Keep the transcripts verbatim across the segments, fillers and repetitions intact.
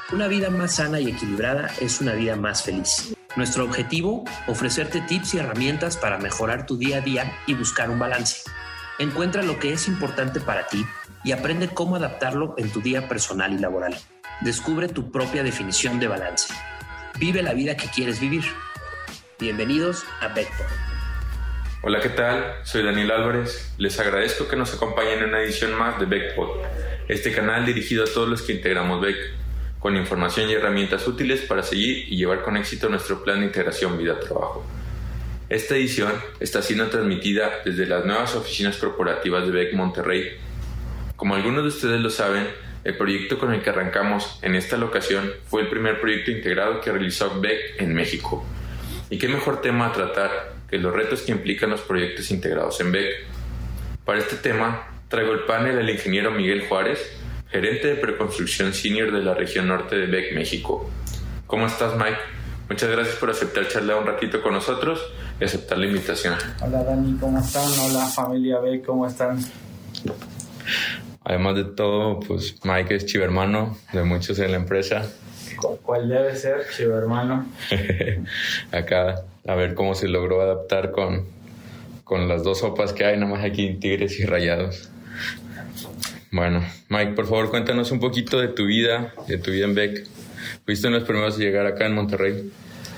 Una vida más sana y equilibrada es una vida más feliz. Nuestro objetivo, ofrecerte tips y herramientas para mejorar tu día a día y buscar un balance. Encuentra lo que es importante para ti y aprende cómo adaptarlo en tu día personal y laboral. Descubre tu propia definición de balance. Vive la vida que quieres vivir. Bienvenidos a BECPOD. Hola, ¿qué tal? Soy Daniel Álvarez. Les agradezco que nos acompañen en una edición más de BECPOD, este canal dirigido a todos los que integramos B E C, con información y herramientas útiles para seguir y llevar con éxito nuestro plan de integración vida-trabajo. Esta edición está siendo transmitida desde las nuevas oficinas corporativas de B E C Monterrey. Como algunos de ustedes lo saben, el proyecto con el que arrancamos en esta locación fue el primer proyecto integrado que realizó B E C en México. Y qué mejor tema a tratar que los retos que implican los proyectos integrados en B E C. Para este tema, traigo el panel al ingeniero Miguel Juárez, gerente de preconstrucción senior de la región norte de B E C México. ¿Cómo estás, Mike? Muchas gracias por aceptar charlar un ratito con nosotros y aceptar la invitación. Hola, Dani, ¿cómo están? Hola, familia B E C, ¿cómo están? Además de todo, pues Mike es chivermano de muchos en la empresa. ¿Cuál debe ser, chivermano? Acá, a ver cómo se logró adaptar con, con las dos sopas que hay, nada más aquí, Tigres y Rayados. Bueno, Mike, por favor, cuéntanos un poquito de tu vida, de tu vida en B E C. ¿Fuiste uno de los primeros a llegar acá en Monterrey?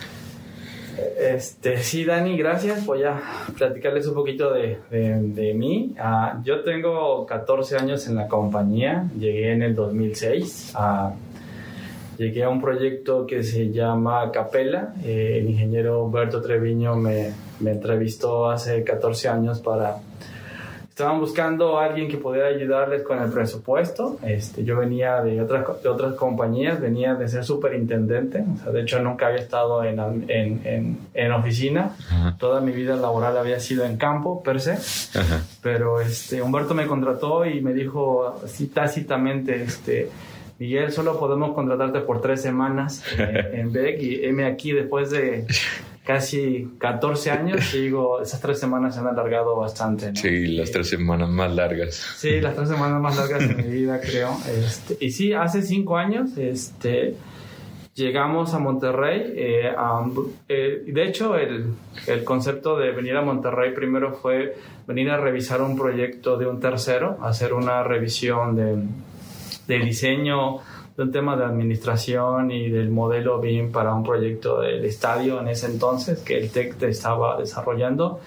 Este, sí, Dani, gracias. Voy a platicarles un poquito de, de, de mí. Uh, yo tengo catorce años en la compañía. Llegué en el dos mil seis. Uh, llegué a un proyecto que se llama Capella. Eh, el ingeniero Humberto Treviño me, me entrevistó hace catorce años para... Estaban buscando a alguien que pudiera ayudarles con el presupuesto. Este, yo venía de otras, de otras compañías, venía de ser superintendente. O sea, de hecho, nunca había estado en, en, en, en oficina. Uh-huh. Toda mi vida laboral había sido en campo, per se. Uh-huh. Pero este, Humberto me contrató y me dijo así tácitamente, este, Miguel, solo podemos contratarte por tres semanas eh, en B E C. Y heme aquí después de... casi catorce años, y digo, esas tres semanas se han alargado bastante, ¿no? Sí, las tres semanas más largas. Sí, las tres semanas más largas de mi vida, creo. Este, y sí, hace cinco años este, llegamos a Monterrey. Eh, a, eh, de hecho, el, el concepto de venir a Monterrey primero fue venir a revisar un proyecto de un tercero, hacer una revisión de, de diseño, de un tema de administración y del modelo B I M para un proyecto del estadio en ese entonces que el TEC estaba desarrollando,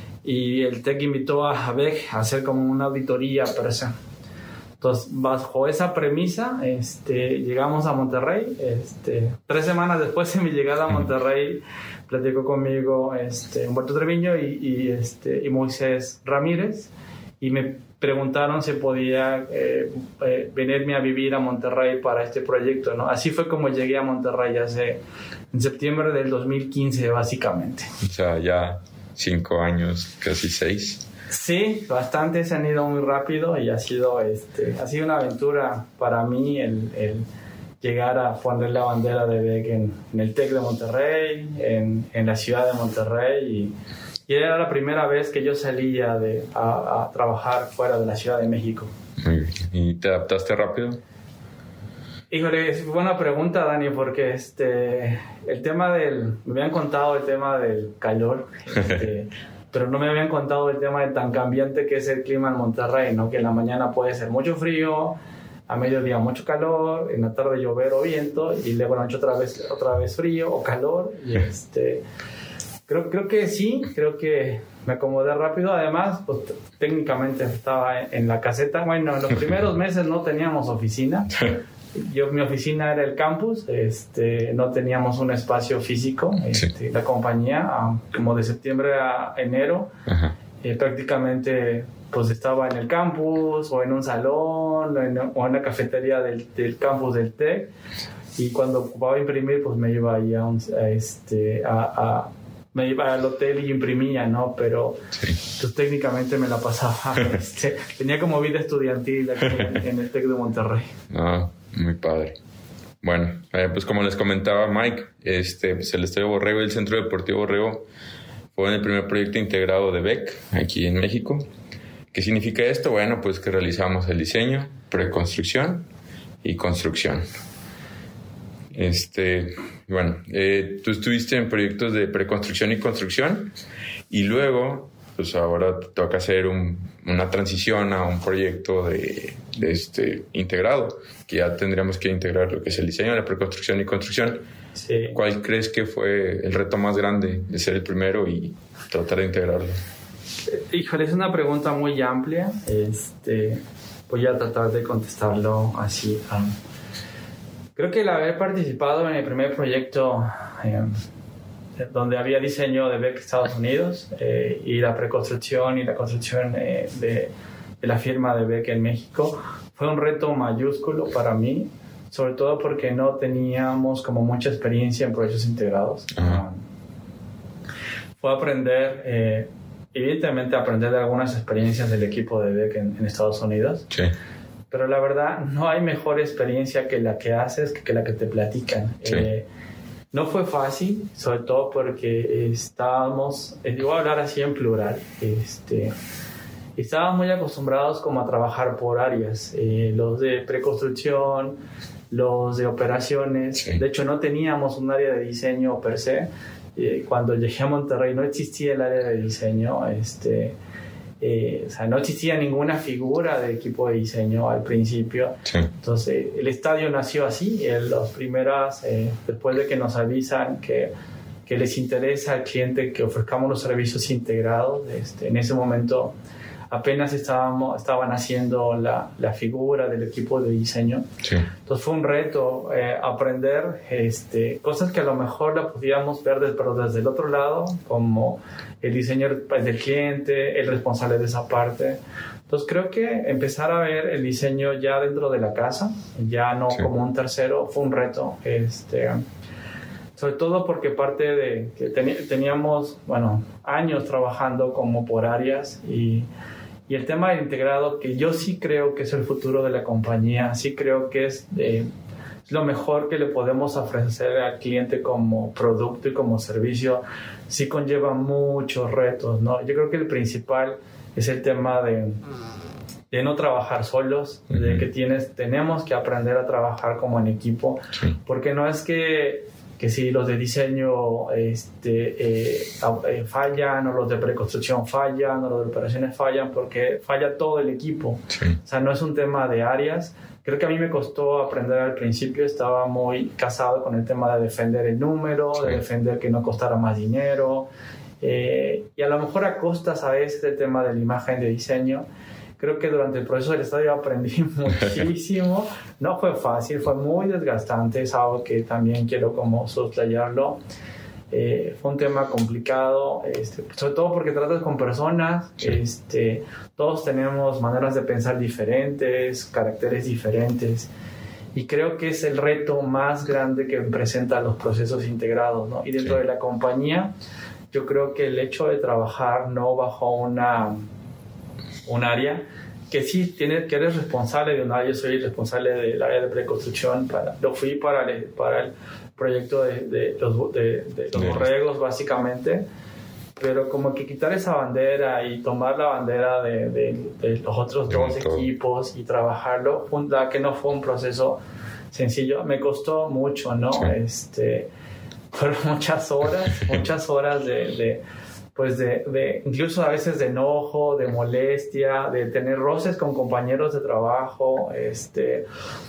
y el TEC invitó a B E C a hacer como una auditoría per se. Entonces, bajo esa premisa, este, llegamos a Monterrey. Este, tres semanas después de mi llegada a Monterrey, platicó conmigo este, Humberto Treviño y, y, este, y Moisés Ramírez, y me preguntaron si podía eh, eh, venirme a vivir a Monterrey para este proyecto, ¿no? Así fue como llegué a Monterrey hace, en septiembre del dos mil quince, básicamente. O sea, ya cinco años, casi seis. Sí, bastante, se han ido muy rápido y ha sido, este, ha sido una aventura para mí el, el llegar a poner la bandera de B E C en, en el TEC de Monterrey, en, en la ciudad de Monterrey, y Y era la primera vez que yo salía de, a, a trabajar fuera de la Ciudad de México. Muy bien. ¿Y te adaptaste rápido? Híjole, es buena pregunta, Dani, porque este, el tema del... Me habían contado el tema del calor, este, pero no me habían contado el tema de tan cambiante que es el clima en Monterrey, ¿no? Que en la mañana puede ser mucho frío, a mediodía mucho calor, en la tarde llover o viento, y luego en la noche otra vez, otra vez frío o calor, y este... Creo, creo que sí, creo que me acomodé rápido. Además, pues t- técnicamente estaba en, en la caseta. Bueno, en los primeros meses no teníamos oficina. Yo, mi oficina era el campus, este, no teníamos un espacio físico. Este, sí. La compañía, um, como de septiembre a enero, eh, prácticamente pues estaba en el campus o en un salón o en, o en la cafetería del, del campus del TEC. Y cuando ocupaba imprimir, pues me iba ahí a, un, a, este, a, a me iba al hotel y imprimía, ¿no? Pero sí. Pues técnicamente me la pasaba. este, tenía como vida estudiantil aquí en, en el TEC de Monterrey. Ah, muy padre. Bueno, eh, pues como les comentaba Mike, este, pues el Estadio Borrego y el Centro Deportivo Borrego fue el primer proyecto integrado de B E C aquí en México. ¿Qué significa esto? Bueno, pues que realizamos el diseño, preconstrucción y construcción. Este, bueno, eh, tú estuviste en proyectos de preconstrucción y construcción y luego, pues ahora te toca hacer un, una transición a un proyecto de, de este integrado, que ya tendríamos que integrar lo que es el diseño, la preconstrucción y construcción. Sí. ¿Cuál crees que fue el reto más grande de ser el primero y tratar de integrarlo? Híjole, es una pregunta muy amplia. Este, voy a tratar de contestarlo así. Um, creo que el haber participado en el primer proyecto eh, donde había diseño de B E C Estados Unidos eh, y la preconstrucción y la construcción eh, de, de la firma de B E C en México fue un reto mayúsculo para mí, sobre todo porque no teníamos como mucha experiencia en proyectos integrados. Uh-huh. Fue aprender, eh, evidentemente aprender de algunas experiencias del equipo de B E C en, en Estados Unidos. Sí. Pero la verdad, no hay mejor experiencia que la que haces que, que la que te platican. Sí. Eh, no fue fácil, sobre todo porque estábamos, eh, voy a hablar así en plural, este, estábamos muy acostumbrados como a trabajar por áreas, eh, los de preconstrucción, los de operaciones. Sí. De hecho, no teníamos un área de diseño per se. Eh, cuando llegué a Monterrey no existía el área de diseño. Este, eh, o sea, no existía ninguna figura de equipo de diseño al principio. Sí. Entonces, el estadio nació así. En las primeras, eh, después de que nos avisan que, que les interesa al cliente que ofrezcamos los servicios integrados, este, en ese momento apenas estábamos, estaban haciendo la, la figura del equipo de diseño. Sí. Entonces fue un reto eh, aprender este, cosas que a lo mejor la podíamos ver desde, pero desde el otro lado, como el diseño del cliente, el responsable de esa parte. Entonces creo que empezar a ver el diseño ya dentro de la casa, ya no sí. como un tercero, fue un reto. Este, sobre todo porque parte de que teníamos, bueno, años trabajando como por áreas y Y el tema del integrado, que yo sí creo que es el futuro de la compañía, sí creo que es, eh, es lo mejor que le podemos ofrecer al cliente como producto y como servicio, sí conlleva muchos retos, ¿no? Yo creo que el principal es el tema de, de no trabajar solos, uh-huh. de que tienes, tenemos que aprender a trabajar como en equipo, sí. porque no es que... que si los de diseño este, eh, eh, fallan o los de preconstrucción fallan o los de operaciones fallan, porque falla todo el equipo. Sí. O sea, no es un tema de áreas. Creo que a mí me costó aprender al principio, estaba muy casado con el tema de defender el número, sí. de defender que no costara más dinero, eh, y a lo mejor a costas a veces del tema de la imagen de diseño. Creo que durante el proceso del estadio aprendí muchísimo. No fue fácil, fue muy desgastante, es algo que también quiero como soslayarlo. Eh, fue un tema complicado, este, sobre todo porque tratas con personas, sí. este, todos tenemos maneras de pensar diferentes, caracteres diferentes, y creo que es el reto más grande que presentan los procesos integrados, ¿no? Y dentro sí. de la compañía, yo creo que el hecho de trabajar no bajo una... un área que sí tiene, que eres responsable de un área. Yo soy responsable del área de preconstrucción, para, lo fui para el, para el proyecto de, de los, de, de los borregos básicamente, pero como que quitar esa bandera y tomar la bandera de, de, de los otros dos equipos y trabajarlo, la que no fue un proceso sencillo, me costó mucho, ¿no? Sí. Este, fueron muchas horas, muchas horas de, de pues de, de, incluso a veces de enojo, de molestia, de tener roces con compañeros de trabajo, este,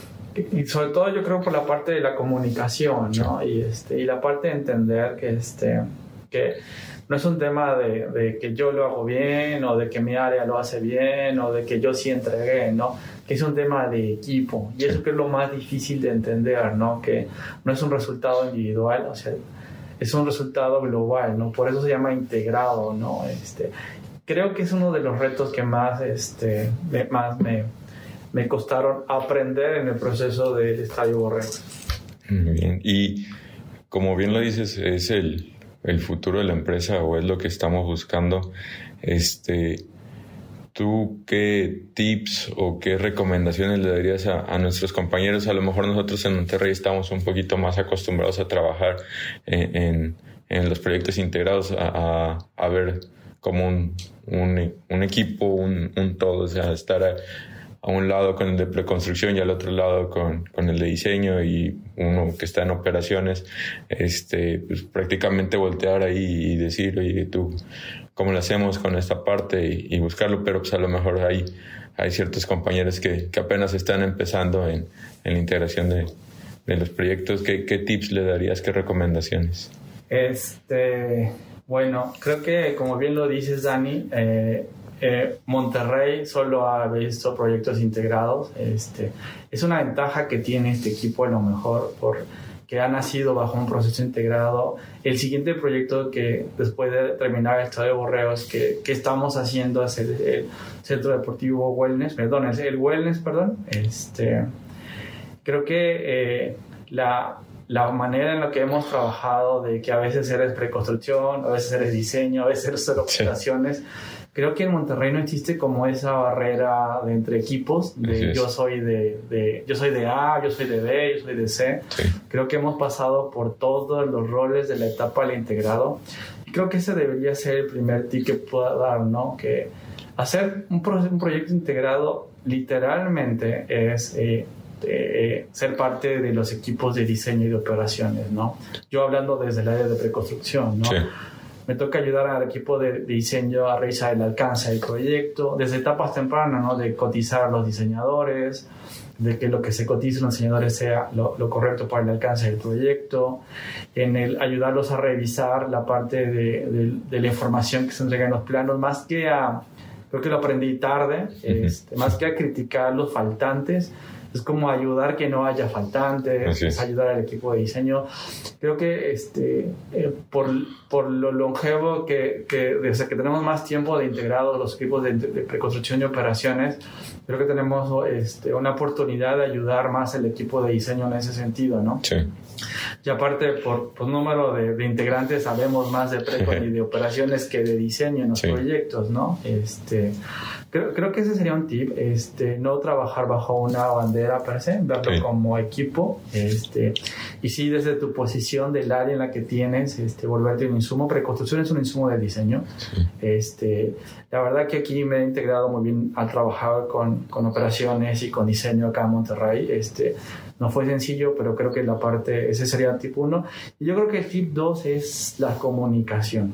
y sobre todo yo creo por la parte de la comunicación, ¿no? Y, este, y la parte de entender que, este, que no es un tema de, de que yo lo hago bien, o de que mi área lo hace bien, o de que yo sí entregué, ¿no? Que es un tema de equipo, y eso que es lo más difícil de entender, ¿no? Que no es un resultado individual, o sea, es un resultado global, ¿no? Por eso se llama integrado, ¿no? Este, creo que es uno de los retos que más, este, me, más me, me costaron aprender en el proceso del Estadio Borrego. Muy bien. Y como bien lo dices, es el, el futuro de la empresa, o es lo que estamos buscando. Este, ¿tú qué tips o qué recomendaciones le darías a, a nuestros compañeros? A lo mejor nosotros en Monterrey estamos un poquito más acostumbrados a trabajar en, en, en los proyectos integrados, a, a, a ver como un, un, un equipo, un, un todo, o sea, estar a un lado con el de preconstrucción y al otro lado con, con el de diseño, y uno que está en operaciones, este, pues prácticamente voltear ahí y decir, oye, tú, ¿cómo lo hacemos con esta parte? Y, y buscarlo, pero pues a lo mejor hay, hay ciertos compañeros que, que apenas están empezando en, en la integración de, de los proyectos. ¿Qué, qué tips le darías, qué recomendaciones? Este, bueno, creo que como bien lo dices, Dani, eh, Eh, Monterrey solo ha visto proyectos integrados. Este, es una ventaja que tiene este equipo, a lo mejor, porque ha nacido bajo un proceso integrado. El siguiente proyecto que después de terminar el Estadio Borregos que, que estamos haciendo es el, el Centro Deportivo Wellness, perdón, el, el Wellness, perdón. Este, creo que eh, la la manera en la que hemos trabajado, de que a veces eres preconstrucción, a veces eres diseño, a veces eres operaciones, sí. Creo que en Monterrey no existe como esa barrera de entre equipos, de yo soy de, de yo soy de A, yo soy de B, yo soy de C. Sí. Creo que hemos pasado por todos los roles de la etapa del integrado, y creo que ese debería ser el primer tip que pueda dar, ¿no? Que hacer un, pro, un proyecto integrado literalmente es eh, Eh, ser parte de los equipos de diseño y de operaciones, ¿no? Yo hablando desde el área de preconstrucción, ¿no? Sí. Me toca ayudar al equipo de diseño a revisar el alcance del proyecto, desde etapas tempranas, ¿no? De cotizar a los diseñadores, de que lo que se cotice a los diseñadores sea lo, lo correcto para el alcance del proyecto, en el ayudarlos a revisar la parte de, de, de la información que se entrega en los planos, más que a, creo que lo aprendí tarde, uh-huh. este, más que a criticar los faltantes, es como ayudar que no haya faltantes, es ayudar al equipo de diseño. Creo que este, eh, por, por lo longevo que, que desde que tenemos más tiempo de integrados los equipos de, de preconstrucción y operaciones, creo que tenemos este, una oportunidad de ayudar más al equipo de diseño en ese sentido, ¿no? Sí. Y aparte, por, por número de, de integrantes, sabemos más de precon y de operaciones que de diseño en los sí. proyectos, ¿no? Este... Creo, creo que ese sería un tip, este, no trabajar bajo una bandera per se, verlo sí. como equipo, este, y sí desde tu posición del área en la que tienes, este, volverte un insumo. Preconstrucción es un insumo de diseño. Sí. Este, la verdad que aquí me he integrado muy bien al trabajar con, con operaciones y con diseño acá en Monterrey. Este, no fue sencillo, pero creo que la parte, ese sería el tip uno. Y yo creo que el tip dos es la comunicación.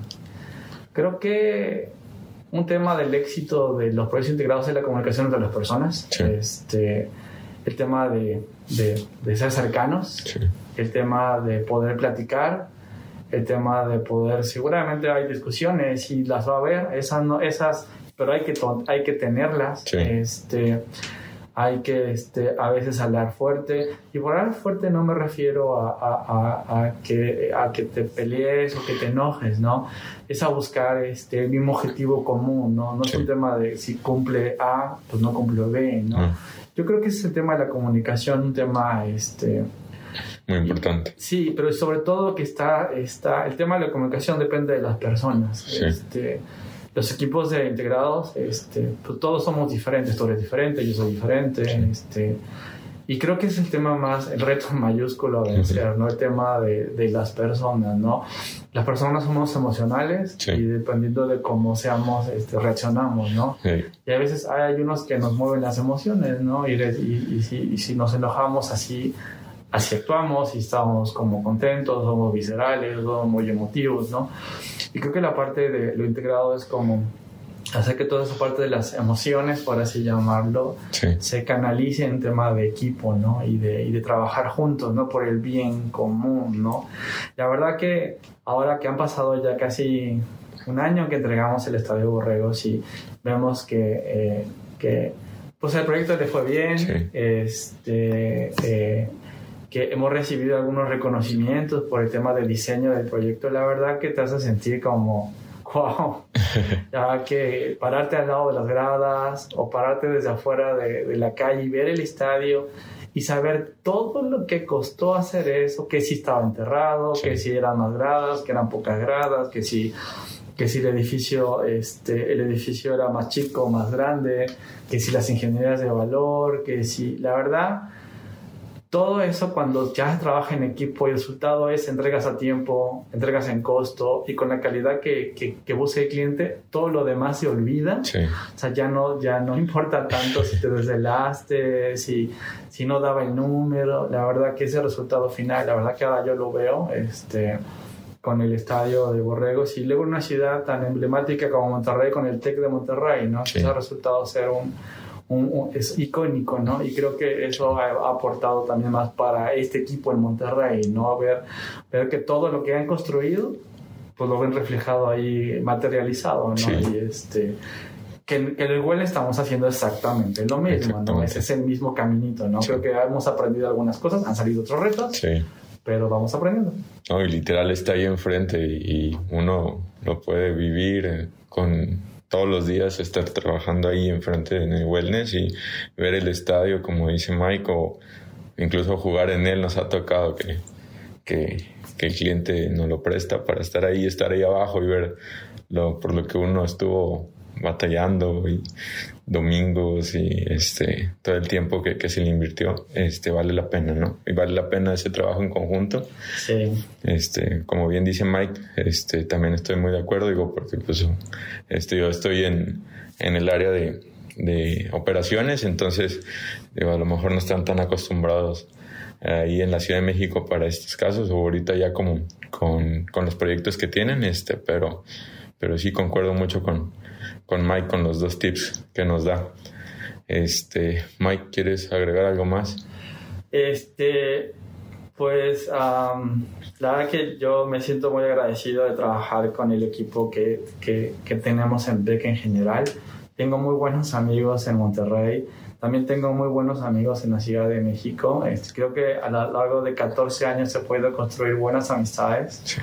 Creo que un tema del éxito de los proyectos integrados es la comunicación entre las personas. Sí. Este, el tema de, de, de ser cercanos, sí. el tema de poder platicar, el tema de poder, seguramente hay discusiones y las va a haber, esas, no, esas pero hay que, hay que tenerlas. Sí. Este, hay que este, a veces hablar fuerte, y por hablar fuerte no me refiero a, a, a, a, que, a que te pelees o que te enojes, ¿no? Es a buscar este, el mismo objetivo común, ¿no? No sí. es un tema de si cumple A, pues no cumple B, ¿no? Ah. Yo creo que ese es el tema de la comunicación, un tema este, muy importante. Sí, pero sobre todo que está, está el tema de la comunicación depende de las personas. Sí. Este, los equipos de integrados, este, pues todos somos diferentes, tú eres diferente, yo soy diferente, sí. este, y creo que es el tema más, el reto mayúsculo a vencer, uh-huh. ¿no? El tema de, de las personas, ¿no? Las personas somos emocionales sí. y dependiendo de cómo seamos, este, reaccionamos, ¿no? Sí. Y a veces hay unos que nos mueven las emociones, ¿no? Y, y, y, si, y si nos enojamos así, así actuamos, y estamos como contentos, somos viscerales, somos muy emotivos, ¿no? Y creo que la parte de lo integrado es como hacer que toda esa parte de las emociones, por así llamarlo, sí. se canalice en tema de equipo, ¿no? Y de, y de trabajar juntos, ¿no? Por el bien común, ¿no? La verdad que ahora que han pasado ya casi un año que entregamos el Estadio Borregos y vemos que, eh, que pues el proyecto le fue bien, sí. este... Eh, que hemos recibido algunos reconocimientos por el tema del diseño del proyecto, la verdad que te hace sentir como, wow, ya que pararte al lado de las gradas o pararte desde afuera de, de la calle y ver el estadio y saber todo lo que costó hacer eso, que si estaba enterrado, sí. que si eran más gradas, que eran pocas gradas, que si, que si el edificio, este, el edificio era más chico o más grande, que si las ingenierías de valor, que si, la verdad... todo eso, cuando ya se trabaja en equipo y el resultado es entregas a tiempo, entregas en costo y con la calidad que, que, que busca el cliente, todo lo demás se olvida. Sí. O sea, ya no, ya no importa tanto si te desvelaste, si, si no daba el número. La verdad que ese resultado final, la verdad que ahora yo lo veo este, con el estadio de Borregos y luego en una ciudad tan emblemática como Monterrey, con el TEC de Monterrey, ¿no? Sí. Ese ha resultado ser un... Un, un, es icónico, ¿no? Y creo que eso ha, ha aportado también más para este equipo en Monterrey, ¿no? Ver, ver que todo lo que han construido, pues lo ven reflejado ahí, materializado, ¿no? Sí. Y este... Que, que en el Wellness estamos haciendo exactamente lo mismo, ¿no? Ese es el mismo caminito, ¿no? Sí. Creo que hemos aprendido algunas cosas, han salido otros retos, sí. pero vamos aprendiendo. No, y literal está ahí enfrente y, y uno lo puede vivir con... todos los días estar trabajando ahí enfrente en el Wellness y ver el estadio, como dice Mike, o incluso jugar en él. Nos ha tocado que, que, que el cliente nos lo presta para estar ahí, estar ahí abajo y ver lo, por lo que uno estuvo batallando y domingos y este todo el tiempo que, que se le invirtió, este vale la pena, ¿no? Y vale la pena ese trabajo en conjunto. Sí. Este, como bien dice Mike, este también estoy muy de acuerdo, digo, porque pues este yo estoy en, en el área de, de operaciones, entonces digo, a lo mejor no están tan acostumbrados ahí en la Ciudad de México para estos casos, o ahorita ya como con, con los proyectos que tienen, este, pero, pero sí concuerdo mucho con con Mike, con los dos tips que nos da. Este, Mike, ¿quieres agregar algo más? Este, pues, um, la verdad que yo me siento muy agradecido de trabajar con el equipo que, que, que tenemos en Beck en general. Tengo muy buenos amigos en Monterrey. También tengo muy buenos amigos en la Ciudad de México. Este, creo que a lo largo de catorce años se puede construir buenas amistades. Sí.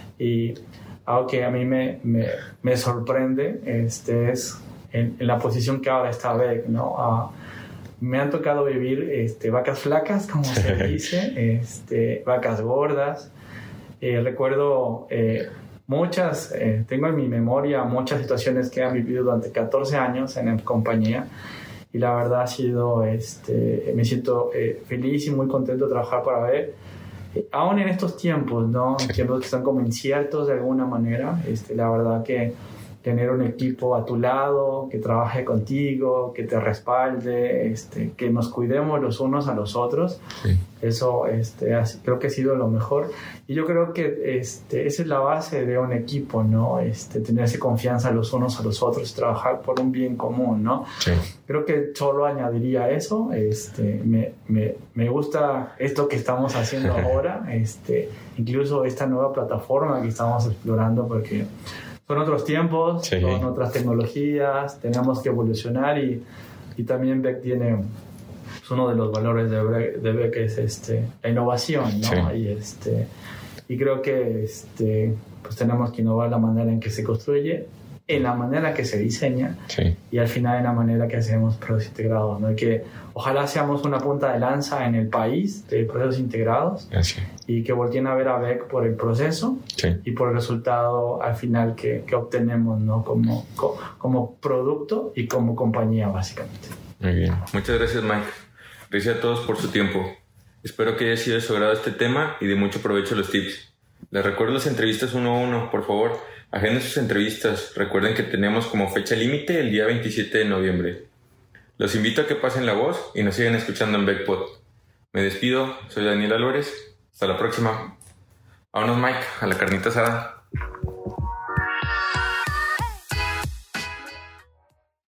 Y algo que a mí me, me, me sorprende este, es en, en la posición que ahora está Beck, ¿no? Uh, me han tocado vivir este, vacas flacas, como se dice, este, vacas gordas. Eh, recuerdo eh, muchas, eh, tengo en mi memoria muchas situaciones que he vivido durante catorce años en la compañía y la verdad ha sido, este, me siento eh, feliz y muy contento de trabajar para Beck. Aún en estos tiempos, ¿no? Sí. Tiempos que están como inciertos de alguna manera, este, la verdad que tener un equipo a tu lado, que trabaje contigo, que te respalde, este, que nos cuidemos los unos a los otros, sí. Eso este, así, creo que ha sido lo mejor. Y yo creo que este, esa es la base de un equipo, ¿no? Este, tenerse confianza los unos a los otros, trabajar por un bien común, ¿no? Sí. Creo que solo añadiría eso. Este, me, me, me gusta esto que estamos haciendo ahora, este, incluso esta nueva plataforma que estamos explorando, porque son otros tiempos, sí. Son otras tecnologías, tenemos que evolucionar y, y también Beck tiene, pues uno de los valores de Beck, de Beck es este, la innovación, ¿no? Sí. Y, este, y creo que este, pues tenemos que innovar la manera en que se construye, en la manera que se diseña, sí. Y al final en la manera que hacemos procesos integrados, ¿no? Y que ojalá seamos una punta de lanza en el país de procesos integrados, sí. Y que volteen a ver a Beck por el proceso, sí. Y por el resultado al final que, que obtenemos, ¿no? Como, como, como producto y como compañía, básicamente. Muy bien. Muchas gracias, Mike. Gracias a todos por su tiempo. Espero que haya sido de su agrado este tema y de mucho provecho los tips. Les recuerdo las entrevistas uno a uno, por favor. Agenden sus entrevistas. Recuerden que tenemos como fecha límite el día veintisiete de noviembre. Los invito a que pasen la voz y nos sigan escuchando en BeckPod. Me despido, soy Daniel Álvarez. Hasta la próxima. Vámonos, Mike, a la carnita asada.